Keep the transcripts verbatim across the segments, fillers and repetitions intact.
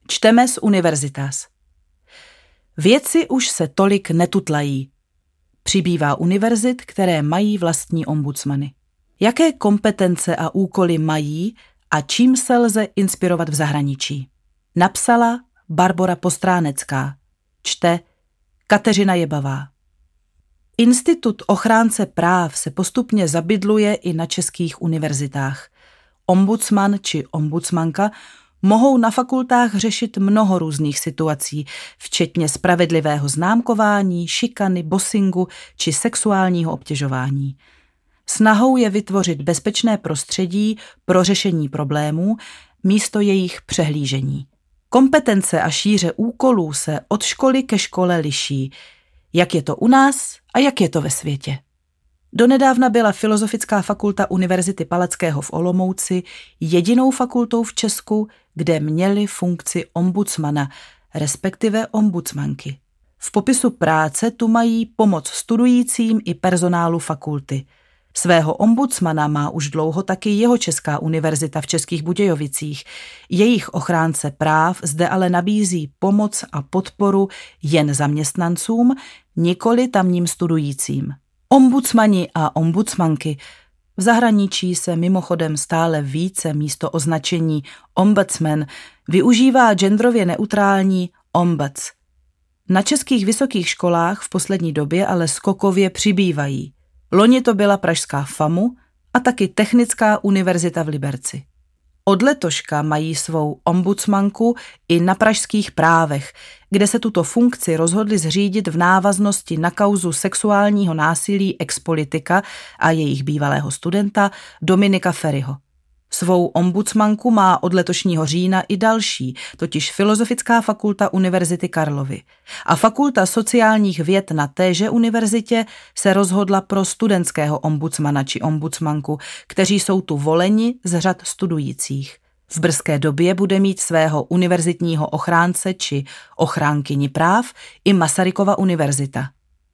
Čteme z Universitas. Věci už se tolik netutlají. Přibývá univerzit, které mají vlastní ombudsmany. Jaké kompetence a úkoly mají a čím se lze inspirovat v zahraničí? Napsala Barbora Postránecká. Čte Kateřina Jebavá. Institut ochránce práv se postupně zabydluje i na českých univerzitách. Ombudsman či ombudsmanka mohou na fakultách řešit mnoho různých situací, včetně spravedlivého známkování, šikany, bossingu či sexuálního obtěžování. Snahou je vytvořit bezpečné prostředí pro řešení problémů místo jejich přehlížení. Kompetence a šíře úkolů se od školy ke škole liší, jak je to u nás a jak je to ve světě. Donedávna byla Filozofická fakulta Univerzity Palackého v Olomouci jedinou fakultou v Česku, kde měli funkci ombudsmana, respektive ombudsmanky. V popisu práce tu mají pomoc studujícím i personálu fakulty. Svého ombudsmana má už dlouho taky Jihočeská univerzita v Českých Budějovicích. Jejich ochránce práv zde ale nabízí pomoc a podporu jen zaměstnancům, nikoli tamním studujícím. Ombudsmani a ombudsmanky. V zahraničí se mimochodem stále více místo označení ombudsman využívá genderově neutrální ombuds. Na českých vysokých školách v poslední době ale skokově přibývají. Loni to byla pražská FAMU a taky Technická univerzita v Liberci. Od letoška mají svou ombudsmanku i na pražských Právech, kde se tuto funkci rozhodli zřídit v návaznosti na kauzu sexuálního násilí expolitika a jejich bývalého studenta Dominika Feriho. Svou ombudsmanku má od letošního října i další, totiž Filozofická fakulta Univerzity Karlovy. A Fakulta sociálních věd na téže univerzitě se rozhodla pro studentského ombudsmana či ombudsmanku, kteří jsou tu voleni z řad studujících. V brzké době bude mít svého univerzitního ochránce či ochránkyni práv i Masarykova univerzita.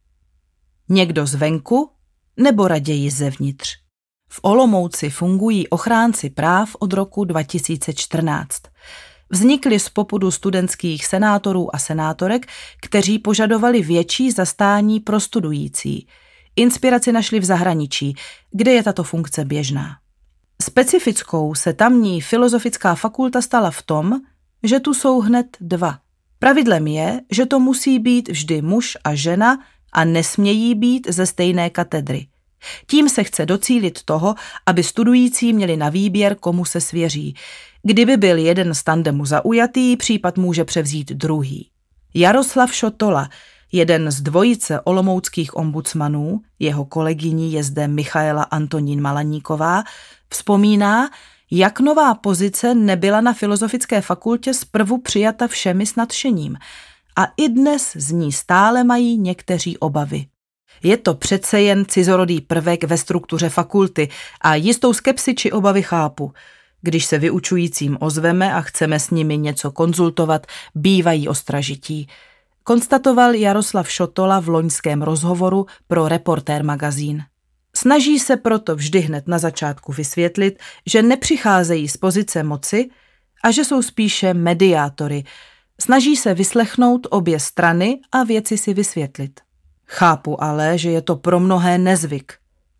Někdo zvenku nebo raději zevnitř? V Olomouci fungují ochránci práv od roku dva tisíce čtrnáct. Vznikli z popudu studentských senátorů a senátorek, kteří požadovali větší zastání pro studující. Inspiraci našli v zahraničí, kde je tato funkce běžná. Specifickou se tamní Filozofická fakulta stala v tom, že tu jsou hned dva. Pravidlem je, že to musí být vždy muž a žena a nesmějí být ze stejné katedry. Tím se chce docílit toho, aby studující měli na výběr, komu se svěří. Kdyby byl jeden z tandemu zaujatý, případ může převzít druhý. Jaroslav Šotola, jeden z dvojice olomouckých ombudsmanů, jeho kolegyní je zde Michaela Antonín Malaníková, vzpomíná, jak nová pozice nebyla na Filozofické fakultě zprvu přijata všemi s nadšením. A i dnes z ní stále mají někteří obavy. Je to přece jen cizorodý prvek ve struktuře fakulty a jistou skepsi či obavy chápu. Když se vyučujícím ozveme a chceme s nimi něco konzultovat, bývají ostražití. Konstatoval Jaroslav Šotola v loňském rozhovoru pro Reportér magazín. Snaží se proto vždy hned na začátku vysvětlit, že nepřicházejí z pozice moci a že jsou spíše mediátory. Snaží se vyslechnout obě strany a věci si vysvětlit. Chápu ale, že je to pro mnohé nezvyk.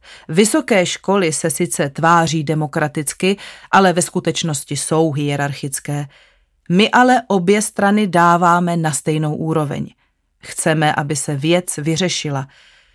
Vysoké školy se sice tváří demokraticky, ale ve skutečnosti jsou hierarchické. My ale obě strany dáváme na stejnou úroveň. Chceme, aby se věc vyřešila.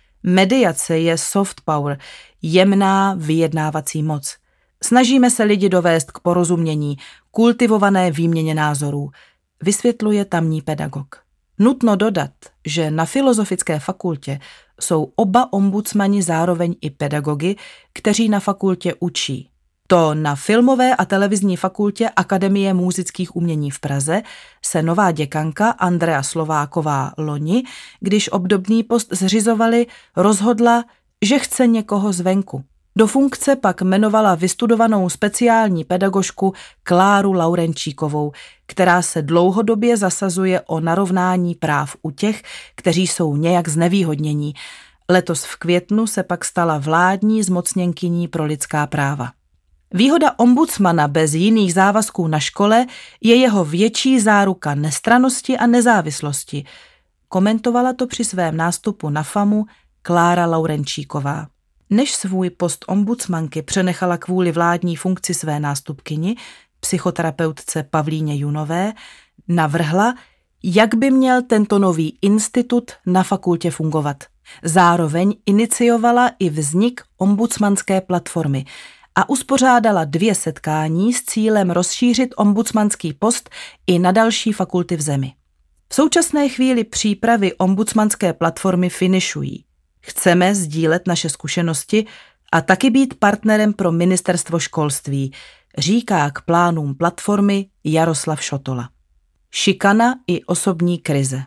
Mediace je soft power, jemná vyjednávací moc. Snažíme se lidi dovést k porozumění, kultivované výměně názorů, vysvětluje tamní pedagog. Nutno dodat, že na Filozofické fakultě jsou oba ombudsmani zároveň i pedagogy, kteří na fakultě učí. To na Filmové a televizní fakultě Akademie múzických umění v Praze se nová děkanka Andrea Slováková loni, když obdobný post zřizovali, rozhodla, že chce někoho zvenku. Do funkce pak jmenovala vystudovanou speciální pedagožku Kláru Laurenčíkovou, která se dlouhodobě zasazuje o narovnání práv u těch, kteří jsou nějak znevýhodnění. Letos v květnu se pak stala vládní zmocněnkyní pro lidská práva. Výhoda ombudsmana bez jiných závazků na škole je jeho větší záruka nestrannosti a nezávislosti. Komentovala to při svém nástupu na FAMu Klára Laurenčíková. Než svůj post ombudsmanky přenechala kvůli vládní funkci své nástupkyni, psychoterapeutce Pavlíně Junové, navrhla, jak by měl tento nový institut na fakultě fungovat. Zároveň iniciovala i vznik ombudsmanské platformy a uspořádala dvě setkání s cílem rozšířit ombudsmanský post i na další fakulty v zemi. V současné chvíli přípravy ombudsmanské platformy finišují. Chceme sdílet naše zkušenosti a taky být partnerem pro ministerstvo školství, říká k plánům platformy Jaroslav Šotola. Šikana i osobní krize.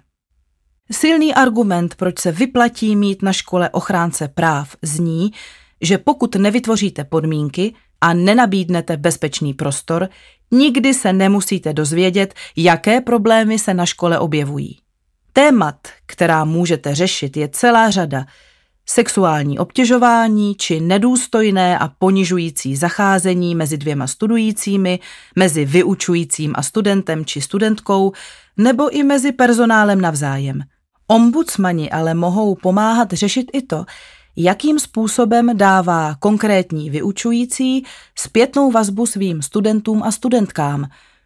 Silný argument, proč se vyplatí mít na škole ochránce práv, zní, že pokud nevytvoříte podmínky a nenabídnete bezpečný prostor, nikdy se nemusíte dozvědět, jaké problémy se na škole objevují. Témat, která můžete řešit, je celá řada. Sexuální obtěžování či nedůstojné a ponižující zacházení mezi dvěma studujícími, mezi vyučujícím a studentem či studentkou, nebo i mezi personálem navzájem. Ombudsmani ale mohou pomáhat řešit i to, jakým způsobem dává konkrétní vyučující zpětnou vazbu svým studentům a studentkám.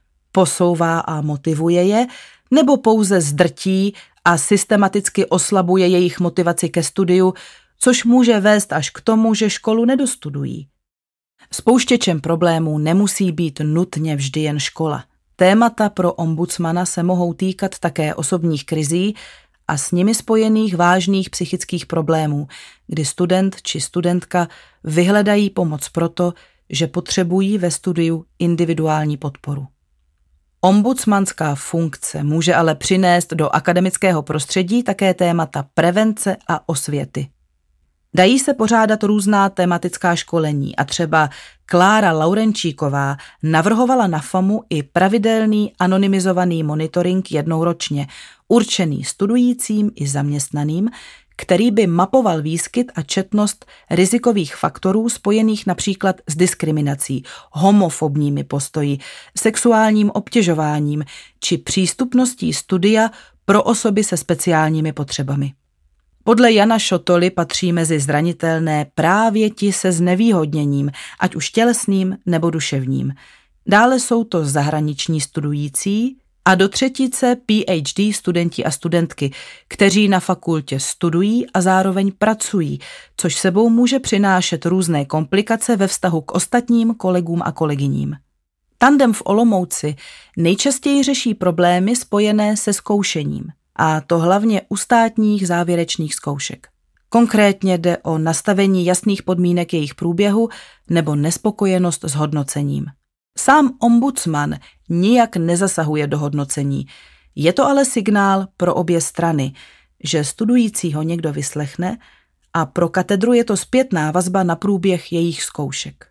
Posouvá a motivuje je, nebo pouze zdrtí a systematicky oslabuje jejich motivaci ke studiu, což může vést až k tomu, že školu nedostudují. Spouštěčem problémů nemusí být nutně vždy jen škola. Témata pro ombudsmana se mohou týkat také osobních krizí a s nimi spojených vážných psychických problémů, kdy student či studentka vyhledají pomoc proto, že potřebují ve studiu individuální podporu. Ombudsmanská funkce může ale přinést do akademického prostředí také témata prevence a osvěty. Dají se pořádat různá tematická školení a třeba Klára Laurenčíková navrhovala na FAMu i pravidelný anonymizovaný monitoring jednou ročně, určený studujícím i zaměstnaným, který by mapoval výskyt a četnost rizikových faktorů spojených například s diskriminací, homofobními postoji, sexuálním obtěžováním či přístupností studia pro osoby se speciálními potřebami. Podle Jana Šotoly patří mezi zranitelné právě ti se znevýhodněním, ať už tělesným nebo duševním. Dále jsou to zahraniční studující a do třetice P H D studenti a studentky, kteří na fakultě studují a zároveň pracují, což sebou může přinášet různé komplikace ve vztahu k ostatním kolegům a kolegyním. Tandem v Olomouci nejčastěji řeší problémy spojené se zkoušením, a to hlavně u státních závěrečných zkoušek. Konkrétně jde o nastavení jasných podmínek jejich průběhu nebo nespokojenost s hodnocením. Sám ombudsman nijak nezasahuje do hodnocení. Je to ale signál pro obě strany, že studujícího někdo vyslechne a pro katedru je to zpětná vazba na průběh jejich zkoušek.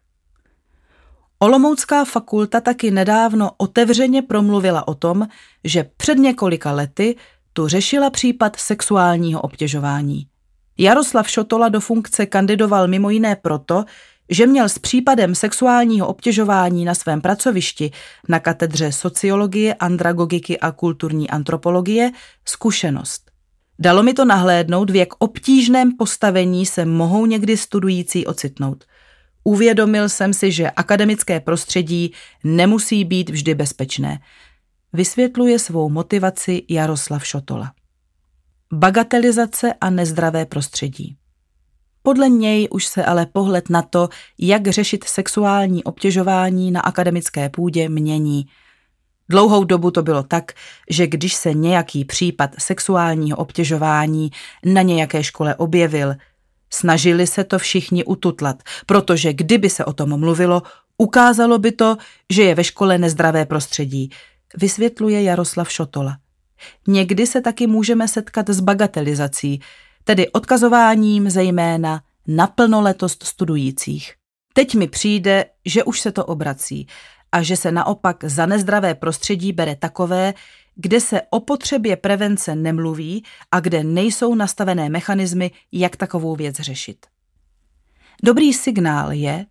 Olomoucká fakulta taky nedávno otevřeně promluvila o tom, že před několika lety tu řešila případ sexuálního obtěžování. Jaroslav Šotola do funkce kandidoval mimo jiné proto, že měl s případem sexuálního obtěžování na svém pracovišti na katedře sociologie, andragogiky a kulturní antropologie zkušenost. Dalo mi to nahlédnout, v jak obtížném postavení se mohou někdy studující ocitnout. Uvědomil jsem si, že akademické prostředí nemusí být vždy bezpečné. Vysvětluje svou motivaci Jaroslav Šotola. Bagatelizace a nezdravé prostředí. Podle něj už se ale pohled na to, jak řešit sexuální obtěžování na akademické půdě, mění. Dlouhou dobu to bylo tak, že když se nějaký případ sexuálního obtěžování na nějaké škole objevil, snažili se to všichni ututlat, protože kdyby se o tom mluvilo, ukázalo by to, že je ve škole nezdravé prostředí, vysvětluje Jaroslav Šotola. Někdy se taky můžeme setkat s bagatelizací, tedy odkazováním zejména na plnoletost studujících. Teď mi přijde, že už se to obrací a že se naopak za nezdravé prostředí bere takové, kde se o potřebě prevence nemluví a kde nejsou nastavené mechanismy, jak takovou věc řešit. Dobrý signál je,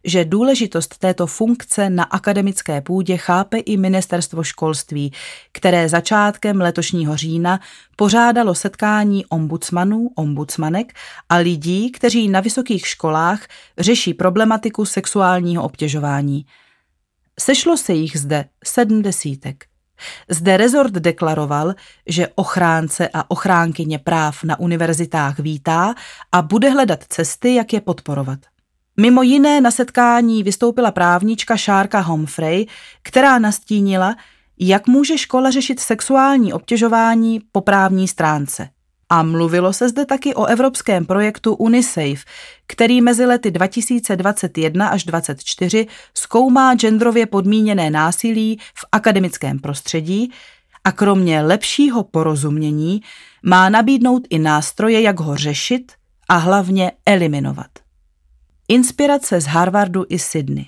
že důležitost této funkce na akademické půdě chápe i Ministerstvo školství, které začátkem letošního října pořádalo setkání ombudsmanů, ombudsmanek a lidí, kteří na vysokých školách řeší problematiku sexuálního obtěžování. Sešlo se jich zde sedm desítek. Zde rezort deklaroval, že ochránce a ochránkyně práv na univerzitách vítá a bude hledat cesty, jak je podporovat. Mimo jiné na setkání vystoupila právnička Šárka Humphrey, která nastínila, jak může škola řešit sexuální obtěžování po právní stránce. A mluvilo se zde taky o evropském projektu UNISAFE, který mezi lety dva tisíce dvacet jedna až dvacet čtyři zkoumá genderově podmíněné násilí v akademickém prostředí a kromě lepšího porozumění má nabídnout i nástroje, jak ho řešit a hlavně eliminovat. Inspirace z Harvardu i Sydney.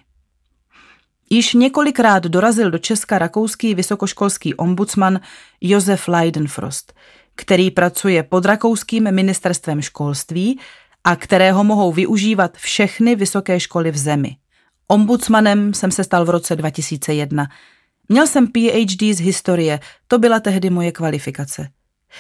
Již několikrát dorazil do Česka rakouský vysokoškolský ombudsman Josef Leidenfrost, který pracuje pod rakouským ministerstvem školství a kterého mohou využívat všechny vysoké školy v zemi. Ombudsmanem jsem se stal v roce dva tisíce jedna. Měl jsem P H D z historie, to byla tehdy moje kvalifikace.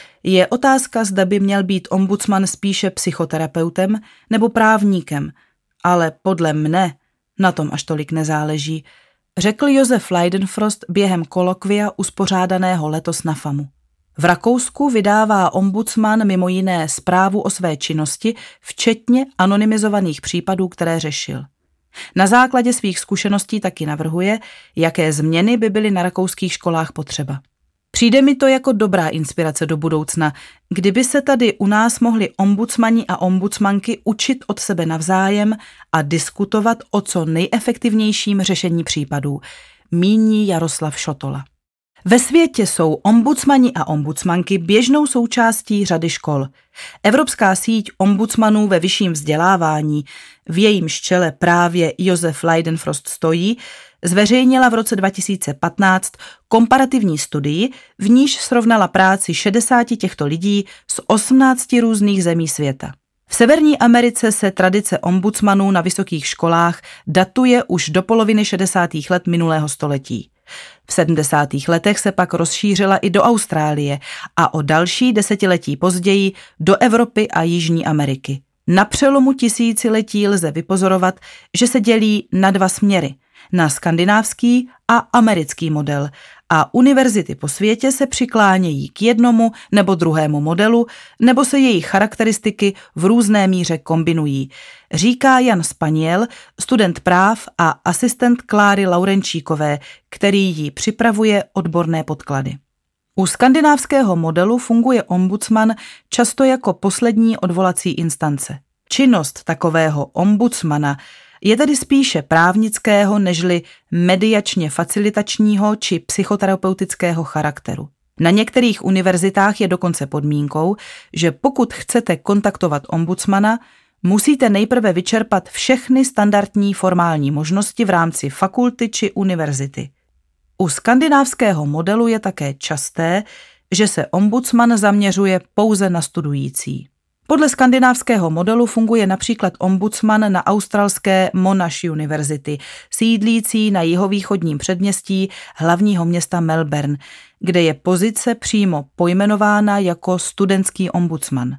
Je otázka, zda by měl být ombudsman spíše psychoterapeutem nebo právníkem, ale podle mne na tom až tolik nezáleží, řekl Josef Leidenfrost během kolokvia uspořádaného letos na FAMu. V Rakousku vydává ombudsman mimo jiné zprávu o své činnosti, včetně anonymizovaných případů, které řešil. Na základě svých zkušeností taky navrhuje, jaké změny by byly na rakouských školách potřeba. Přijde mi to jako dobrá inspirace do budoucna, kdyby se tady u nás mohli ombudsmani a ombudsmanky učit od sebe navzájem a diskutovat o co nejefektivnějším řešení případů, míní Jaroslav Šotola. Ve světě jsou ombudsmani a ombudsmanky běžnou součástí řady škol. Evropská síť ombudsmanů ve vyšším vzdělávání, v jejímž čele právě Josef Leidenfrost stojí, zveřejnila v roce dva tisíce patnáct komparativní studii, v níž srovnala práci šedesáti těchto lidí z osmnácti různých zemí světa. V Severní Americe se tradice ombudsmanů na vysokých školách datuje už do poloviny šedesátých let minulého století. V sedmdesátých letech se pak rozšířila i do Austrálie a o další desetiletí později do Evropy a Jižní Ameriky. Na přelomu tisíciletí lze vypozorovat, že se dělí na dva směry, na skandinávský a americký model a univerzity po světě se přiklánějí k jednomu nebo druhému modelu, nebo se jejich charakteristiky v různé míře kombinují, říká Jan Spaniel, student práv a asistent Kláry Laurenčíkové, který jí připravuje odborné podklady. U skandinávského modelu funguje ombudsman často jako poslední odvolací instance. Činnost takového ombudsmana je tedy spíše právnického nežli mediačně facilitačního či psychoterapeutického charakteru. Na některých univerzitách je dokonce podmínkou, že pokud chcete kontaktovat ombudsmana, musíte nejprve vyčerpat všechny standardní formální možnosti v rámci fakulty či univerzity. U skandinávského modelu je také časté, že se ombudsman zaměřuje pouze na studující. Podle skandinávského modelu funguje například ombudsman na australské Monash University, sídlící na jihovýchodním předměstí hlavního města Melbourne, kde je pozice přímo pojmenována jako studentský ombudsman.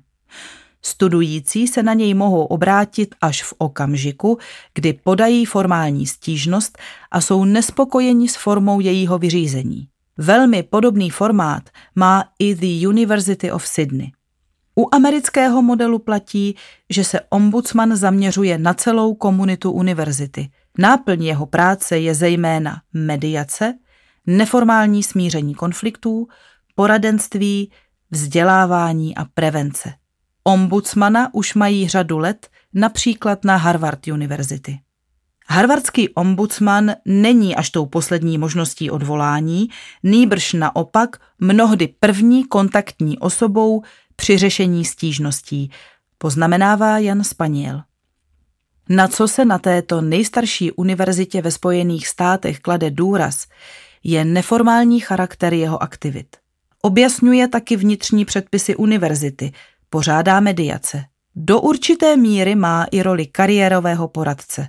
Studující se na něj mohou obrátit až v okamžiku, kdy podají formální stížnost a jsou nespokojeni s formou jejího vyřízení. Velmi podobný formát má i The University of Sydney. U amerického modelu platí, že se ombudsman zaměřuje na celou komunitu univerzity. Náplň jeho práce je zejména mediace, neformální smíření konfliktů, poradenství, vzdělávání a prevence. Ombudsmana už mají řadu let, například na Harvard University. Harvardský ombudsman není až tou poslední možností odvolání, nýbrž naopak mnohdy první kontaktní osobou při řešení stížností, poznamenává Jan Spaniel. Na co se na této nejstarší univerzitě ve Spojených státech klade důraz, je neformální charakter jeho aktivit. Objasňuje taky vnitřní předpisy univerzity, pořádá mediace. Do určité míry má i roli kariérového poradce.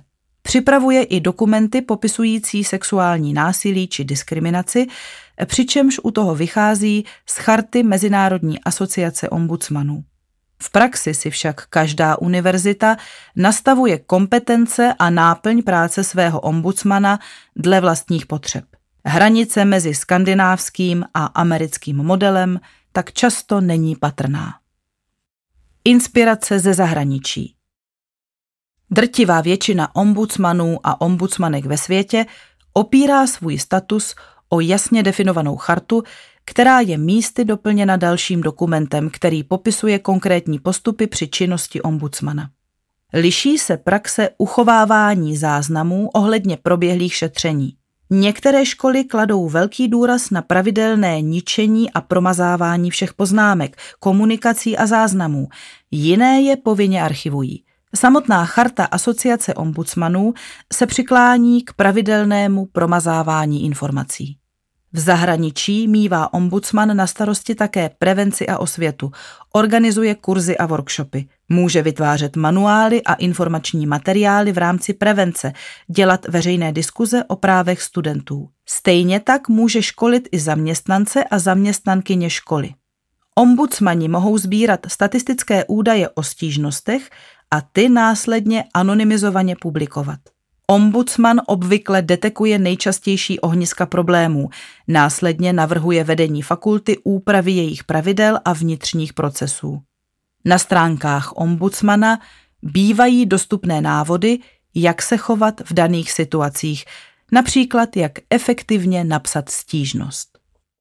Připravuje i dokumenty popisující sexuální násilí či diskriminaci, přičemž u toho vychází z Charty Mezinárodní asociace ombudsmanů. V praxi si však každá univerzita nastavuje kompetence a náplň práce svého ombudsmana dle vlastních potřeb. Hranice mezi skandinávským a americkým modelem tak často není patrná. Inspirace ze zahraničí. Drtivá většina ombudsmanů a ombudsmanek ve světě opírá svůj status o jasně definovanou chartu, která je místy doplněna dalším dokumentem, který popisuje konkrétní postupy při činnosti ombudsmana. Liší se praxe uchovávání záznamů ohledně proběhlých šetření. Některé školy kladou velký důraz na pravidelné ničení a promazávání všech poznámek, komunikací a záznamů, jiné je povinně archivují. Samotná charta asociace ombudsmanů se přiklání k pravidelnému promazávání informací. V zahraničí mívá ombudsman na starosti také prevenci a osvětu, organizuje kurzy a workshopy, může vytvářet manuály a informační materiály v rámci prevence, dělat veřejné diskuze o právech studentů. Stejně tak může školit i zaměstnance a zaměstnankyně školy. Ombudsmani mohou sbírat statistické údaje o stížnostech a ty následně anonymizovaně publikovat. Ombudsman obvykle detekuje nejčastější ohniska problémů, následně navrhuje vedení fakulty úpravy jejich pravidel a vnitřních procesů. Na stránkách ombudsmana bývají dostupné návody, jak se chovat v daných situacích, například jak efektivně napsat stížnost.